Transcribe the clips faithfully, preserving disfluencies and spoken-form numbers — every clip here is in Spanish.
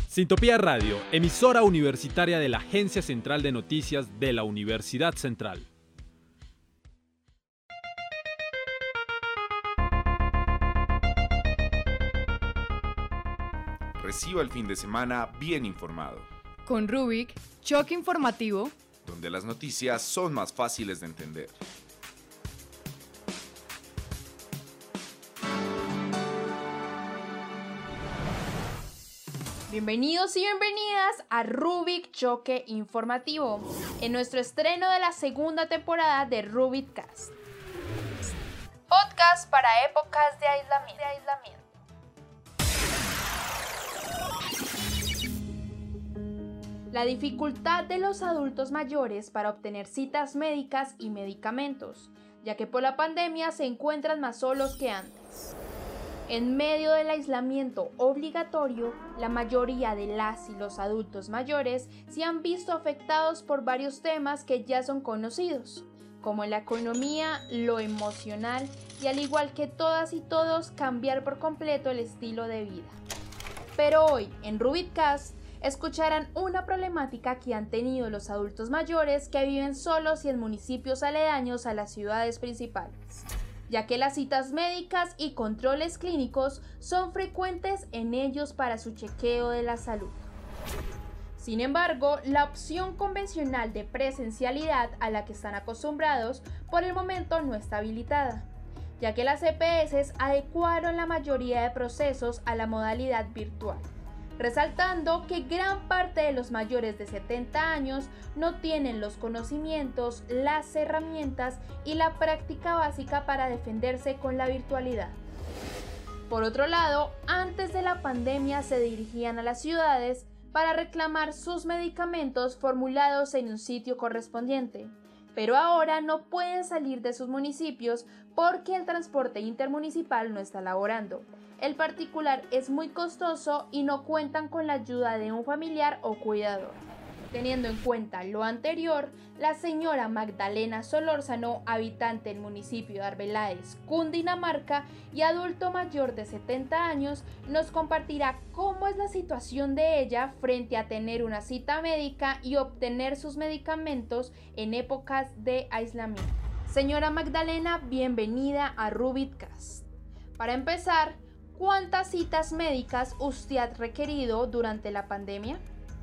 Sintopía Radio, emisora universitaria de la Agencia Central de Noticias de la Universidad Central. Reciba el fin de semana bien informado. Con Rubik, choque informativo, donde las noticias son más fáciles de entender. Bienvenidos y bienvenidas a Rubik Choque Informativo, en nuestro estreno de la segunda temporada de Rubik Cast. Podcast para épocas de aislamiento. De aislamiento. La dificultad de los adultos mayores para obtener citas médicas y medicamentos, ya que por la pandemia se encuentran más solos que antes. En medio del aislamiento obligatorio, la mayoría de las y los adultos mayores se han visto afectados por varios temas que ya son conocidos, como la economía, lo emocional y, al igual que todas y todos, cambiar por completo el estilo de vida. Pero hoy, en Rubik Cast, escucharán una problemática que han tenido los adultos mayores que viven solos y en municipios aledaños a las ciudades principales, ya que las citas médicas y controles clínicos son frecuentes en ellos para su chequeo de la salud. Sin embargo, la opción convencional de presencialidad a la que están acostumbrados por el momento no está habilitada, ya que las E P S adecuaron la mayoría de procesos a la modalidad virtual, resaltando que gran parte de los mayores de setenta años no tienen los conocimientos, las herramientas y la práctica básica para defenderse con la virtualidad. Por otro lado, antes de la pandemia se dirigían a las ciudades para reclamar sus medicamentos formulados en un sitio correspondiente, pero ahora no pueden salir de sus municipios porque el transporte intermunicipal no está laborando. El particular es muy costoso y no cuentan con la ayuda de un familiar o cuidador. Teniendo en cuenta lo anterior, la señora Magdalena Solórzano, habitante del municipio de Arbeláez, Cundinamarca, y adulto mayor de setenta años, nos compartirá cómo es la situación de ella frente a tener una cita médica y obtener sus medicamentos en épocas de aislamiento. Señora Magdalena, bienvenida a Rubik Cast. Para empezar, ¿cuántas citas médicas usted ha requerido durante la pandemia?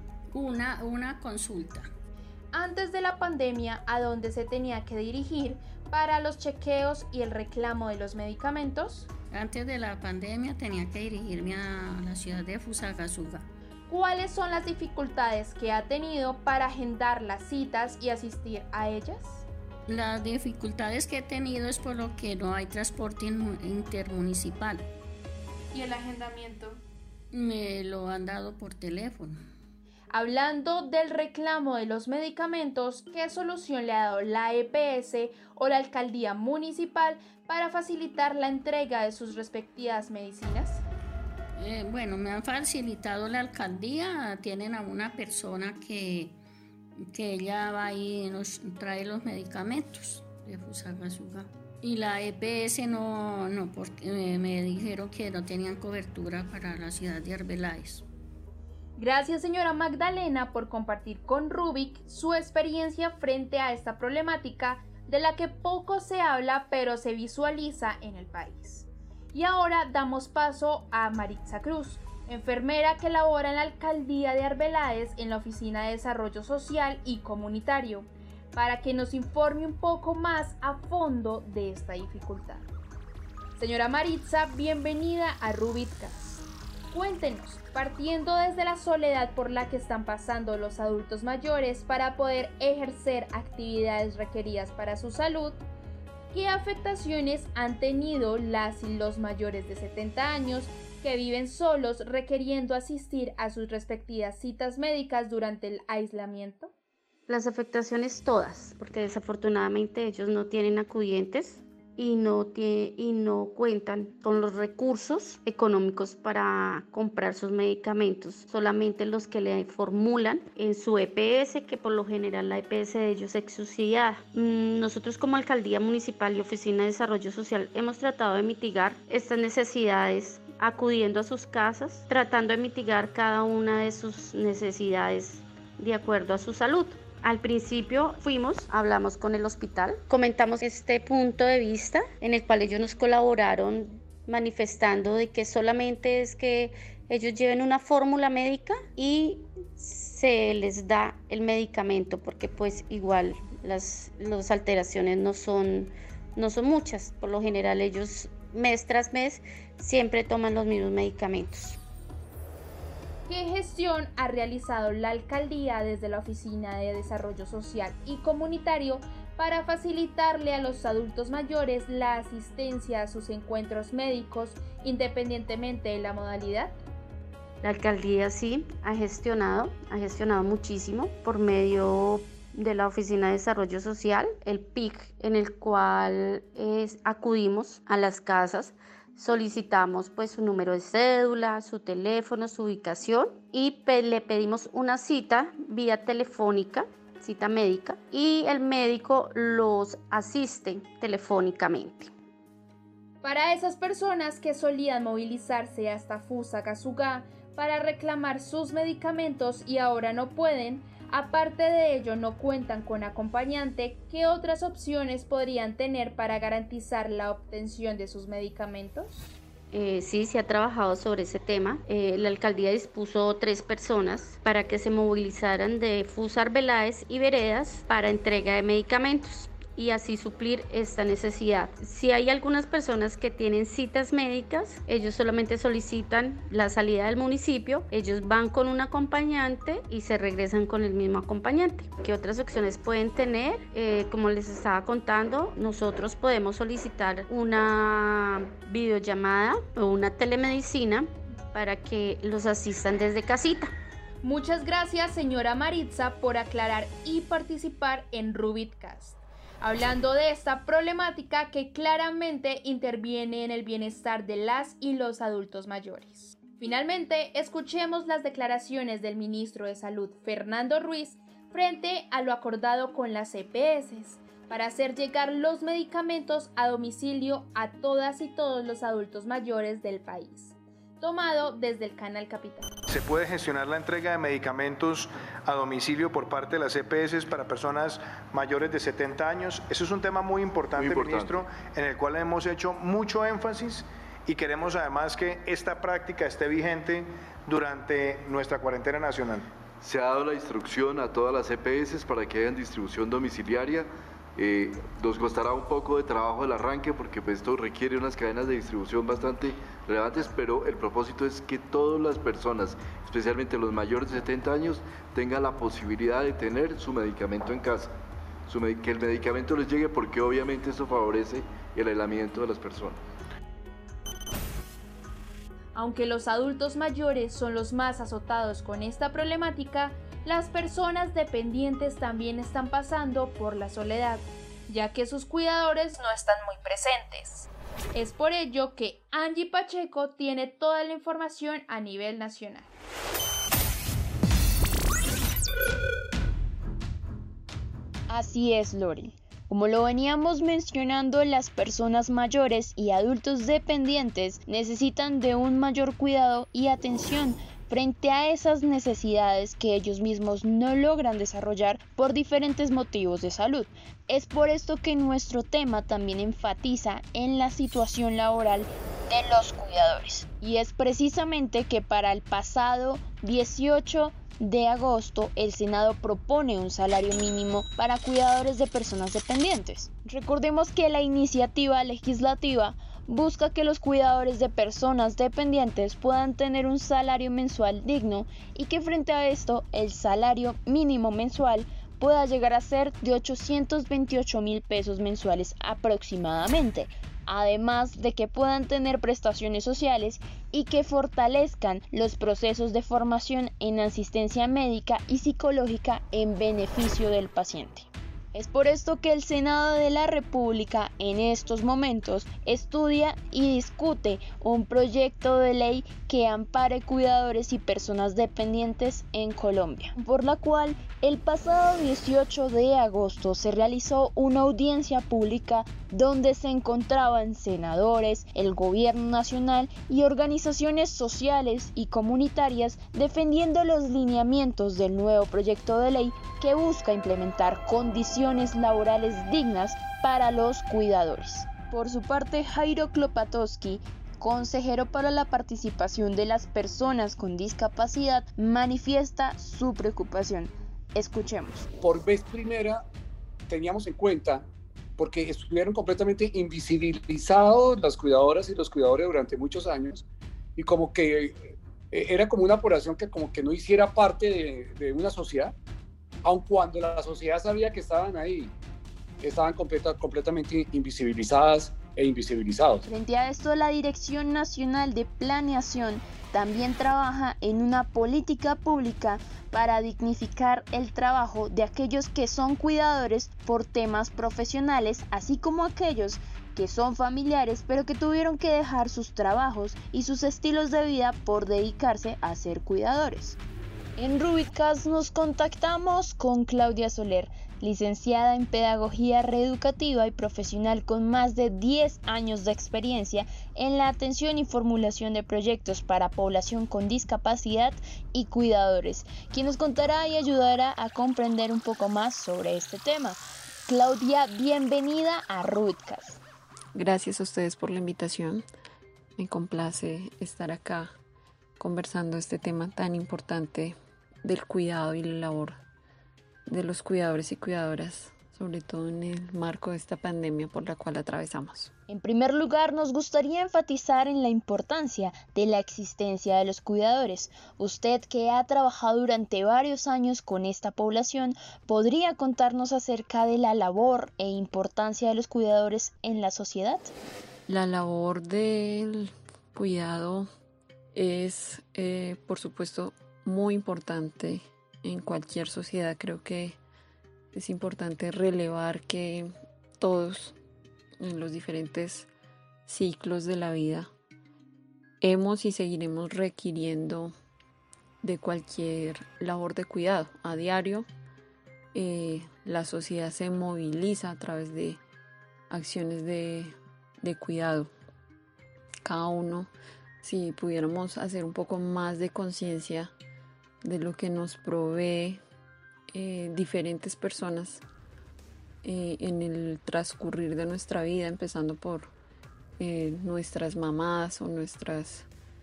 Una, una consulta. Antes de la pandemia, ¿a dónde se tenía que dirigir para los chequeos y el reclamo de los medicamentos? Antes de la pandemia tenía que dirigirme a la ciudad de Fusagasugá. ¿Cuáles son las dificultades que ha tenido para agendar las citas y asistir a ellas? Las dificultades que he tenido es por lo que no hay transporte intermunicipal. ¿Y el agendamiento? Me lo han dado por teléfono. Hablando del reclamo de los medicamentos, ¿qué solución le ha dado la E P S o la alcaldía municipal para facilitar la entrega de sus respectivas medicinas? Eh, bueno, me han facilitado la alcaldía, tienen a una persona que, que ella va y nos trae los medicamentos de Fusagasugá. Y la E P S no, no porque me dijeron que no tenían cobertura para la ciudad de Arbeláez. Gracias, señora Magdalena, por compartir con Rubik su experiencia frente a esta problemática de la que poco se habla pero se visualiza en el país. Y ahora damos paso a Maritza Cruz, enfermera que labora en la alcaldía de Arbeláez en la Oficina de Desarrollo Social y Comunitario, para que nos informe un poco más a fondo de esta dificultad. Señora Maritza, bienvenida a Rubik Cast. Cuéntenos, partiendo desde la soledad por la que están pasando los adultos mayores para poder ejercer actividades requeridas para su salud, ¿qué afectaciones han tenido las y los mayores de setenta años que viven solos requiriendo asistir a sus respectivas citas médicas durante el aislamiento? Las afectaciones todas, porque desafortunadamente ellos no tienen acudientes y no, tiene, y no cuentan con los recursos económicos para comprar sus medicamentos, solamente los que le formulan en su E P S, que por lo general la E P S de ellos es subsidiada. Nosotros como Alcaldía Municipal y Oficina de Desarrollo Social hemos tratado de mitigar estas necesidades acudiendo a sus casas, tratando de mitigar cada una de sus necesidades de acuerdo a su salud. Al principio fuimos, hablamos con el hospital, comentamos este punto de vista en el cual ellos nos colaboraron manifestando de que solamente es que ellos lleven una fórmula médica y se les da el medicamento, porque pues igual las, las alteraciones no son, no son muchas. Por lo general ellos mes tras mes siempre toman los mismos medicamentos. ¿Qué gestión ha realizado la alcaldía desde la Oficina de Desarrollo Social y Comunitario para facilitarle a los adultos mayores la asistencia a sus encuentros médicos independientemente de la modalidad? La alcaldía sí ha gestionado, ha gestionado muchísimo por medio de la Oficina de Desarrollo Social, el P I C, en el cual es, acudimos a las casas, solicitamos pues su número de cédula, su teléfono, su ubicación y pe- le pedimos una cita vía telefónica, cita médica, y el médico los asiste telefónicamente. Para esas personas que solían movilizarse hasta Fusagasugá para reclamar sus medicamentos y ahora no pueden, aparte de ello no cuentan con acompañante, ¿qué otras opciones podrían tener para garantizar la obtención de sus medicamentos? Eh, sí, se ha trabajado sobre ese tema. Eh, la alcaldía dispuso tres personas para que se movilizaran de Fusar Veláez y Veredas para entrega de medicamentos y así suplir esta necesidad. Si hay algunas personas que tienen citas médicas, ellos solamente solicitan la salida del municipio, ellos van con un acompañante y se regresan con el mismo acompañante. ¿Qué otras opciones pueden tener? Eh, como les estaba contando, nosotros podemos solicitar una videollamada o una telemedicina para que los asistan desde casita. Muchas gracias, señora Maritza, por aclarar y participar en Rubitcast, hablando de esta problemática que claramente interviene en el bienestar de las y los adultos mayores. Finalmente, escuchemos las declaraciones del ministro de Salud, Fernando Ruiz, frente a lo acordado con las E P S para hacer llegar los medicamentos a domicilio a todas y todos los adultos mayores del país. Tomado desde el Canal Capital. Se puede gestionar la entrega de medicamentos a domicilio por parte de las E P S para personas mayores de setenta años. Eso es un tema muy importante, muy importante, ministro, en el cual hemos hecho mucho énfasis y queremos además que esta práctica esté vigente durante nuestra cuarentena nacional. Se ha dado la instrucción a todas las E P S para que hagan distribución domiciliaria. Eh, nos costará un poco de trabajo el arranque porque pues, esto requiere unas cadenas de distribución bastante relevantes, pero el propósito es que todas las personas, especialmente los mayores de setenta años, tengan la posibilidad de tener su medicamento en casa, su med- que el medicamento les llegue, porque obviamente eso favorece el aislamiento de las personas. Aunque los adultos mayores son los más azotados con esta problemática, las personas dependientes también están pasando por la soledad, ya que sus cuidadores no están muy presentes. Es por ello que Angie Pacheco tiene toda la información a nivel nacional. Así es, Lore. Como lo veníamos mencionando, las personas mayores y adultos dependientes necesitan de un mayor cuidado y atención frente a esas necesidades que ellos mismos no logran desarrollar por diferentes motivos de salud. Es por esto que nuestro tema también enfatiza en la situación laboral de los cuidadores. Y es precisamente que para el pasado dieciocho de agosto el Senado propone un salario mínimo para cuidadores de personas dependientes. Recordemos que la iniciativa legislativa busca que los cuidadores de personas dependientes puedan tener un salario mensual digno y que frente a esto el salario mínimo mensual pueda llegar a ser de ochocientos veintiocho mil pesos mensuales aproximadamente, además de que puedan tener prestaciones sociales y que fortalezcan los procesos de formación en asistencia médica y psicológica en beneficio del paciente. Es por esto que el Senado de la República en estos momentos estudia y discute un proyecto de ley que ampare cuidadores y personas dependientes en Colombia, por la cual el pasado dieciocho de agosto se realizó una audiencia pública donde se encontraban senadores, el gobierno nacional y organizaciones sociales y comunitarias defendiendo los lineamientos del nuevo proyecto de ley que busca implementar condiciones laborales dignas para los cuidadores. Por su parte, Jairo Klopatowski, consejero para la participación de las personas con discapacidad, manifiesta su preocupación. Escuchemos. Por vez primera teníamos en cuenta, porque estuvieron completamente invisibilizados las cuidadoras y los cuidadores durante muchos años, y como que era como una población que como que no hiciera parte de, de una sociedad, aun cuando la sociedad sabía que estaban ahí, estaban completa, completamente invisibilizadas e invisibilizados. Frente a esto, la Dirección Nacional de Planeación también trabaja en una política pública para dignificar el trabajo de aquellos que son cuidadores por temas profesionales, así como aquellos que son familiares pero que tuvieron que dejar sus trabajos y sus estilos de vida por dedicarse a ser cuidadores. En Rubicast nos contactamos con Claudia Soler, licenciada en Pedagogía Reeducativa y profesional con más de diez años de experiencia en la atención y formulación de proyectos para población con discapacidad y cuidadores, quien nos contará y ayudará a comprender un poco más sobre este tema. Claudia, bienvenida a Rubicast. Gracias a ustedes por la invitación. Me complace estar acá conversando este tema tan importante del cuidado y la labor de los cuidadores y cuidadoras, sobre todo en el marco de esta pandemia por la cual atravesamos. En primer lugar, nos gustaría enfatizar en la importancia de la existencia de los cuidadores. Usted, que ha trabajado durante varios años con esta población, ¿podría contarnos acerca de la labor e importancia de los cuidadores en la sociedad? La labor del cuidado es, eh, por supuesto, muy importante en cualquier sociedad. Creo que es importante relevar que todos en los diferentes ciclos de la vida hemos y seguiremos requiriendo de cualquier labor de cuidado. A diario eh, la sociedad se moviliza a través de acciones de, de cuidado. Cada uno, si pudiéramos hacer un poco más de conciencia de lo que nos provee eh, diferentes personas eh, en el transcurrir de nuestra vida, empezando por eh, nuestras mamás o nuestras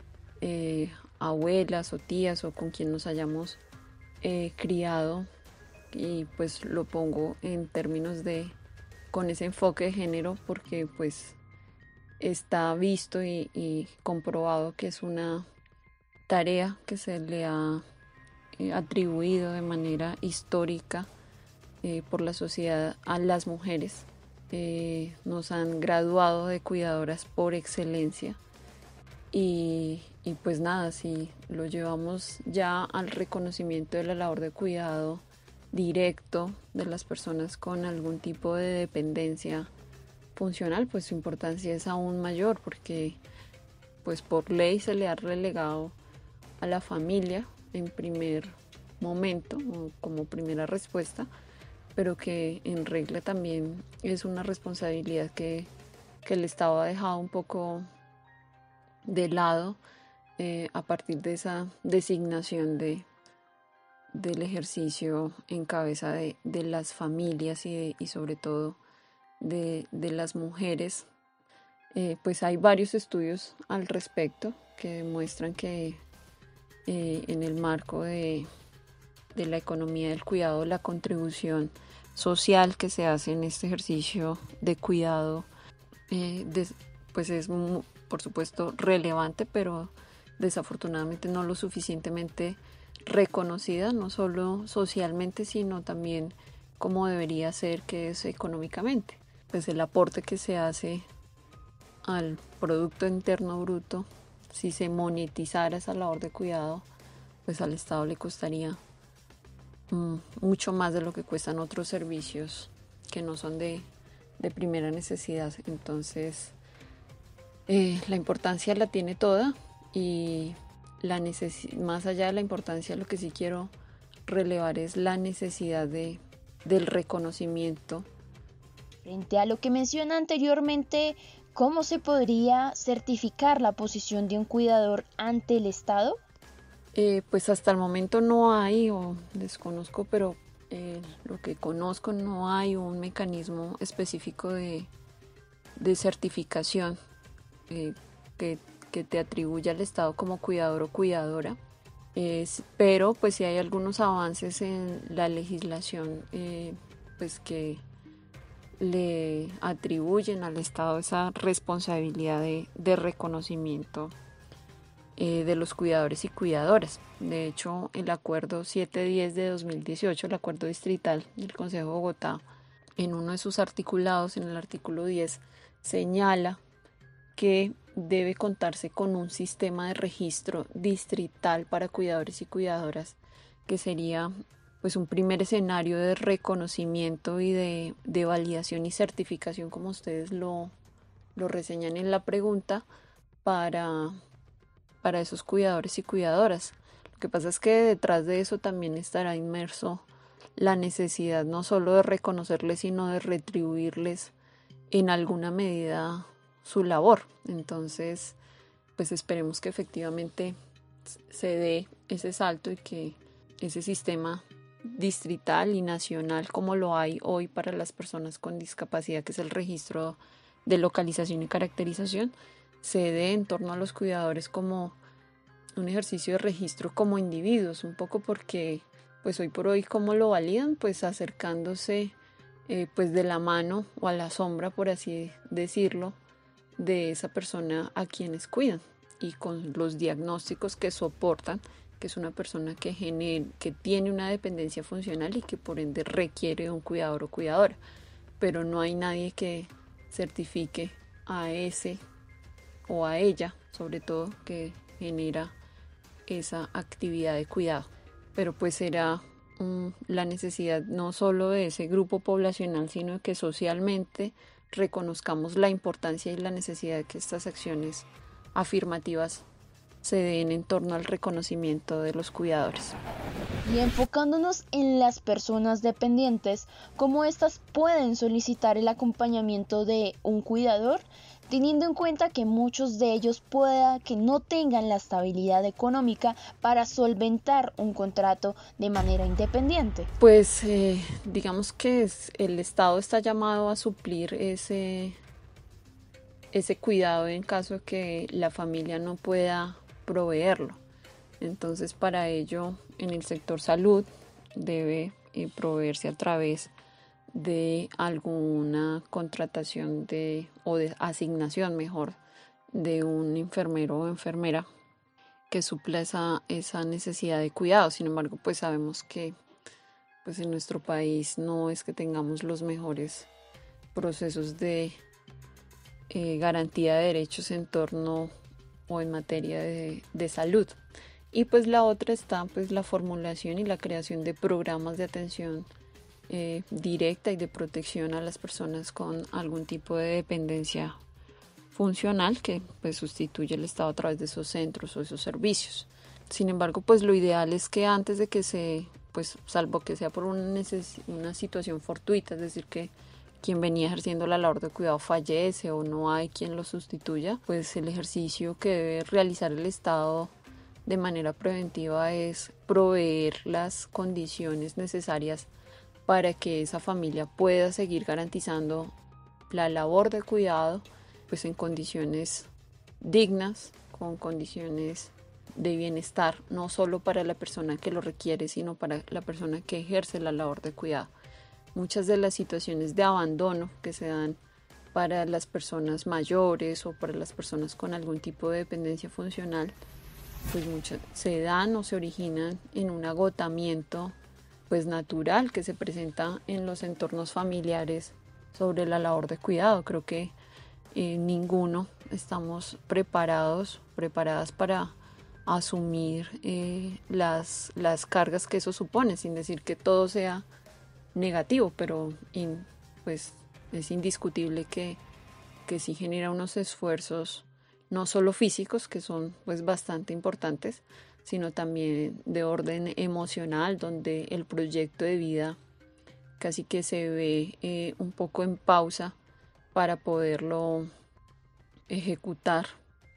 eh, abuelas o tías o con quien nos hayamos eh, criado, y pues lo pongo en términos de con ese enfoque de género porque pues está visto y, y comprobado que es una tarea que se le ha atribuido de manera histórica eh, por la sociedad a las mujeres. Eh, nos han graduado de cuidadoras por excelencia y, y pues nada, si lo llevamos ya al reconocimiento de la labor de cuidado directo de las personas con algún tipo de dependencia funcional, pues su importancia es aún mayor porque pues por ley se le ha relegado a la familia en primer momento o como primera respuesta, pero que en regla también es una responsabilidad que, que el Estado ha dejado un poco de lado eh, a partir de esa designación de, del ejercicio en cabeza de, de las familias y, de, y sobre todo de, de las mujeres. Eh, pues hay varios estudios al respecto que demuestran que Eh, en el marco de, de la economía del cuidado, la contribución social que se hace en este ejercicio de cuidado eh, de, pues es por supuesto relevante, pero desafortunadamente no lo suficientemente reconocida, no solo socialmente sino también como debería ser, que es económicamente. Pues el aporte que se hace al Producto Interno Bruto, si se monetizara esa labor de cuidado, pues al Estado le costaría mm, mucho más de lo que cuestan otros servicios que no son de, de primera necesidad. Entonces, eh, la importancia la tiene toda y la necesi- más allá de la importancia, lo que sí quiero relevar es la necesidad de, del reconocimiento. Frente a lo que menciona anteriormente, ¿cómo se podría certificar la posición de un cuidador ante el Estado? Eh, pues hasta el momento no hay, o desconozco, pero eh, lo que conozco no hay un mecanismo específico de, de certificación eh, que, que te atribuya al Estado como cuidador o cuidadora. Eh, pero pues sí hay algunos avances en la legislación eh, pues que le atribuyen al Estado esa responsabilidad de, de reconocimiento eh, de los cuidadores y cuidadoras. De hecho, el acuerdo setecientos diez de dos mil dieciocho, el acuerdo distrital del Consejo de Bogotá, en uno de sus articulados, en el artículo diez, señala que debe contarse con un sistema de registro distrital para cuidadores y cuidadoras, que sería pues un primer escenario de reconocimiento y de, de validación y certificación, como ustedes lo, lo reseñan en la pregunta, para, para esos cuidadores y cuidadoras. Lo que pasa es que detrás de eso también estará inmerso la necesidad no solo de reconocerles, sino de retribuirles en alguna medida su labor. Entonces, pues esperemos que efectivamente se dé ese salto y que ese sistema distrital y nacional, como lo hay hoy para las personas con discapacidad, que es el registro de localización y caracterización, se dé en torno a los cuidadores como un ejercicio de registro como individuos, un poco porque pues hoy por hoy cómo lo validan, pues acercándose eh, pues de la mano o a la sombra, por así decirlo, de esa persona a quienes cuidan y con los diagnósticos que soportan que es una persona que, gener, que tiene una dependencia funcional y que por ende requiere un cuidador o cuidadora, pero no hay nadie que certifique a ese o a ella, sobre todo, que genera esa actividad de cuidado. Pero pues será um, la necesidad no solo de ese grupo poblacional, sino que socialmente reconozcamos la importancia y la necesidad de que estas acciones afirmativas se den en torno al reconocimiento de los cuidadores. Y enfocándonos en las personas dependientes, ¿cómo éstas pueden solicitar el acompañamiento de un cuidador? Teniendo en cuenta que muchos de ellos pueda que no tengan la estabilidad económica para solventar un contrato de manera independiente. Pues eh, digamos que el Estado está llamado a suplir ese, ese cuidado en caso de que la familia no pueda proveerlo. Entonces, para ello, en el sector salud debe eh, proveerse a través de alguna contratación de o de asignación, mejor, de un enfermero o enfermera que supla esa, esa necesidad de cuidado. Sin embargo, pues sabemos que pues en nuestro país no es que tengamos los mejores procesos de eh, garantía de derechos en torno o en materia de, de salud. Y pues la otra está pues la formulación y la creación de programas de atención eh, directa y de protección a las personas con algún tipo de dependencia funcional que pues sustituye el Estado a través de esos centros o esos servicios. Sin embargo, pues lo ideal es que antes de que se, pues salvo que sea por una, neces- una situación fortuita, es decir, que quien venía ejerciendo la labor de cuidado fallece o no hay quien lo sustituya, pues el ejercicio que debe realizar el Estado de manera preventiva es proveer las condiciones necesarias para que esa familia pueda seguir garantizando la labor de cuidado pues en condiciones dignas, con condiciones de bienestar, no solo para la persona que lo requiere, sino para la persona que ejerce la labor de cuidado. Muchas de las situaciones de abandono que se dan para las personas mayores o para las personas con algún tipo de dependencia funcional, pues muchas se dan o se originan en un agotamiento pues natural que se presenta en los entornos familiares sobre la labor de cuidado. Creo que eh, ninguno estamos preparados, preparadas para asumir eh, las, las cargas que eso supone, sin decir que todo sea negativo, pero in, pues es indiscutible que, que sí genera unos esfuerzos no solo físicos, que son pues bastante importantes, sino también de orden emocional, donde el proyecto de vida casi que se ve eh, un poco en pausa para poderlo ejecutar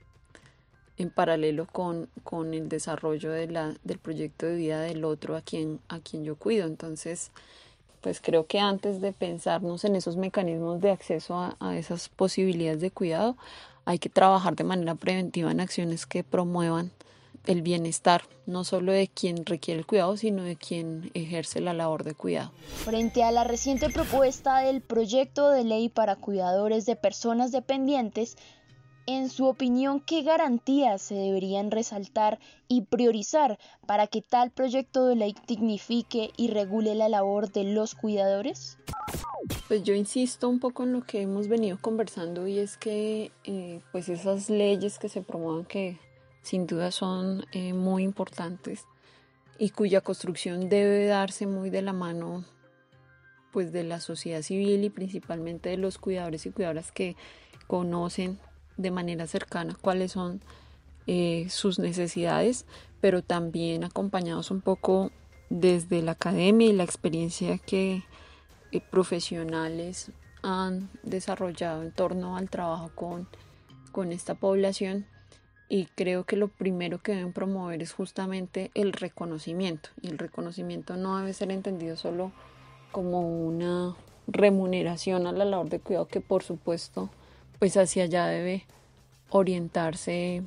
en paralelo con, con el desarrollo de la, del proyecto de vida del otro a quien, a quien yo cuido. Entonces, pues creo que antes de pensarnos en esos mecanismos de acceso a, a esas posibilidades de cuidado, hay que trabajar de manera preventiva en acciones que promuevan el bienestar, no solo de quien requiere el cuidado, sino de quien ejerce la labor de cuidado. Frente a la reciente propuesta del proyecto de ley para cuidadores de personas dependientes, en su opinión, ¿qué garantías se deberían resaltar y priorizar para que tal proyecto de ley dignifique y regule la labor de los cuidadores? Pues yo insisto un poco en lo que hemos venido conversando, y es que eh, pues esas leyes que se promuevan, que sin duda son eh, muy importantes y cuya construcción debe darse muy de la mano pues de la sociedad civil y principalmente de los cuidadores y cuidadoras que conocen de manera cercana cuáles son eh, sus necesidades, pero también acompañados un poco desde la academia y la experiencia que eh, profesionales han desarrollado en torno al trabajo con, con esta población. Y creo que lo primero que deben promover es justamente el reconocimiento. Y el reconocimiento no debe ser entendido solo como una remuneración a la labor de cuidado, que por supuesto pues hacia allá debe orientarse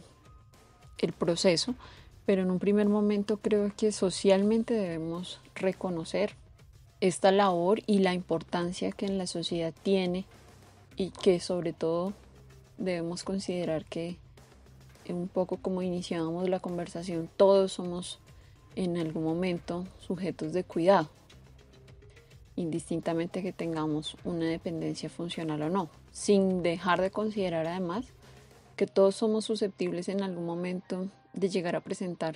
el proceso, pero en un primer momento creo que socialmente debemos reconocer esta labor y la importancia que en la sociedad tiene, y que sobre todo debemos considerar que, un poco como iniciábamos la conversación, todos somos en algún momento sujetos de cuidado, indistintamente que tengamos una dependencia funcional o no, sin dejar de considerar además que todos somos susceptibles en algún momento de llegar a presentar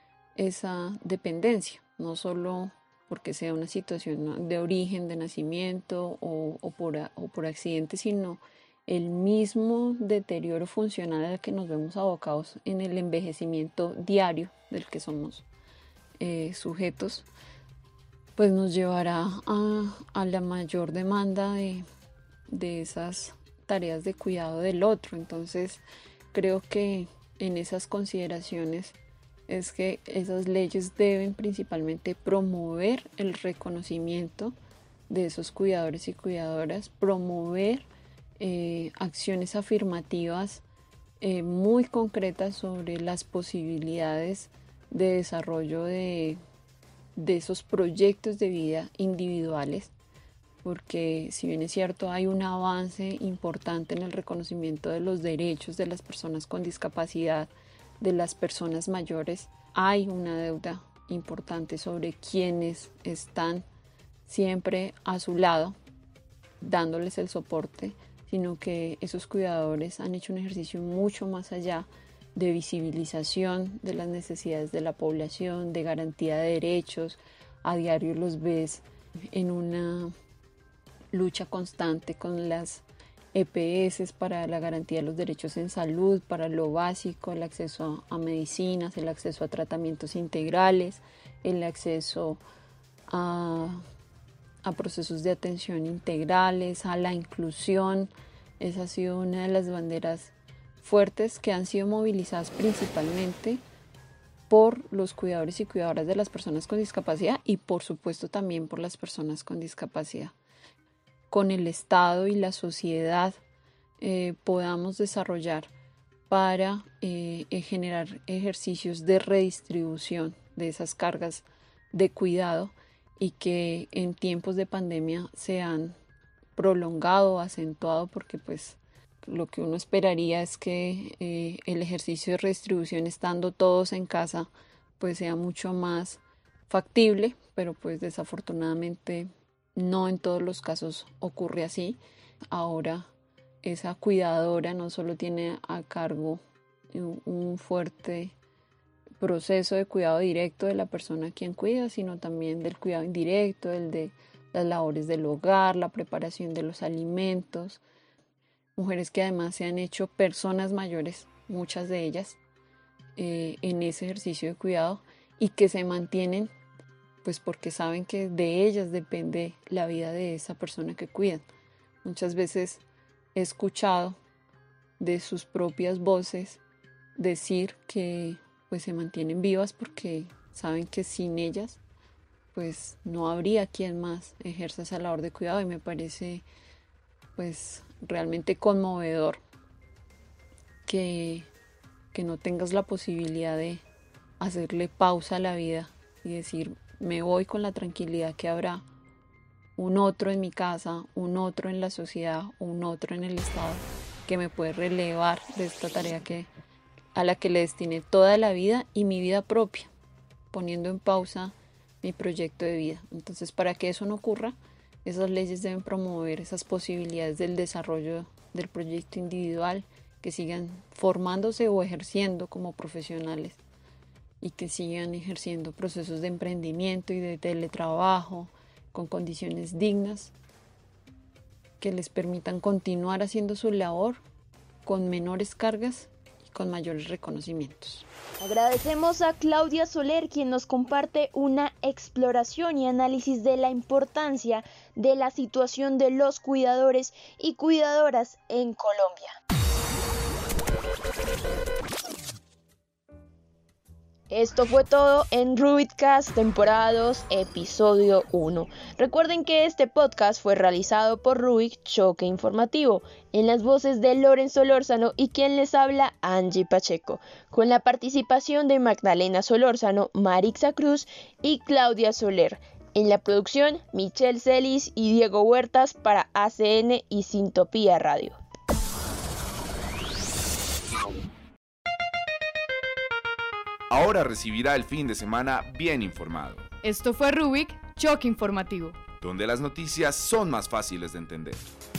esa dependencia, no solo porque sea una situación de origen, de nacimiento o, o, por, o por accidente, sino el mismo deterioro funcional al que nos vemos abocados en el envejecimiento diario del que somos eh, sujetos, pues nos llevará a, a la mayor demanda de, de esas tareas de cuidado del otro. Entonces creo que en esas consideraciones es que esas leyes deben principalmente promover el reconocimiento de esos cuidadores y cuidadoras, promover Eh, acciones afirmativas eh, muy concretas sobre las posibilidades de desarrollo de, de esos proyectos de vida individuales, porque si bien es cierto hay un avance importante en el reconocimiento de los derechos de las personas con discapacidad, de las personas mayores, hay una deuda importante sobre quienes están siempre a su lado, dándoles el soporte, sino que esos cuidadores han hecho un ejercicio mucho más allá de visibilización de las necesidades de la población, de garantía de derechos. A diario los ves en una lucha constante con las E P S para la garantía de los derechos en salud, para lo básico, el acceso a medicinas, el acceso a tratamientos integrales, el acceso a a procesos de atención integrales, a la inclusión. Esa ha sido una de las banderas fuertes que han sido movilizadas principalmente por los cuidadores y cuidadoras de las personas con discapacidad, y por supuesto también por las personas con discapacidad. Con el Estado y la sociedad eh, podamos desarrollar para eh, generar ejercicios de redistribución de esas cargas de cuidado, y que en tiempos de pandemia se han prolongado, acentuado, porque pues lo que uno esperaría es que eh, el ejercicio de redistribución, estando todos en casa, pues sea mucho más factible, pero pues desafortunadamente no en todos los casos ocurre así. Ahora esa cuidadora no solo tiene a cargo un, un fuerte proceso de cuidado directo de la persona a quien cuida, sino también del cuidado indirecto, el de las labores del hogar, la preparación de los alimentos. Mujeres que además se han hecho personas mayores, muchas de ellas, eh, en ese ejercicio de cuidado y que se mantienen pues porque saben que de ellas depende la vida de esa persona que cuidan. Muchas veces he escuchado de sus propias voces decir que pues se mantienen vivas porque saben que sin ellas pues no habría quien más ejerza esa labor de cuidado, y me parece pues realmente conmovedor que, que no tengas la posibilidad de hacerle pausa a la vida y decir, me voy con la tranquilidad que habrá un otro en mi casa, un otro en la sociedad, un otro en el Estado que me puede relevar de esta tarea que, a la que le destiné toda la vida y mi vida propia, poniendo en pausa mi proyecto de vida. Entonces, para que eso no ocurra, esas leyes deben promover esas posibilidades del desarrollo del proyecto individual, que sigan formándose o ejerciendo como profesionales y que sigan ejerciendo procesos de emprendimiento y de teletrabajo con condiciones dignas que les permitan continuar haciendo su labor con menores cargas y con mayores reconocimientos. Agradecemos a Claudia Soler, quien nos comparte una exploración y análisis de la importancia de la situación de los cuidadores y cuidadoras en Colombia. Esto fue todo en Rubicast temporada dos, episodio uno. Recuerden que este podcast fue realizado por Rubik Choque Informativo, en las voces de Lorenzo Solórzano y quien les habla, Angie Pacheco, con la participación de Magdalena Solórzano, Marixa Cruz y Claudia Soler. En la producción, Michelle Celis y Diego Huertas para A C N y Sintopía Radio. Ahora recibirá el fin de semana bien informado, Esto fue Rubik Choque Informativo, donde las noticias son más fáciles de entender.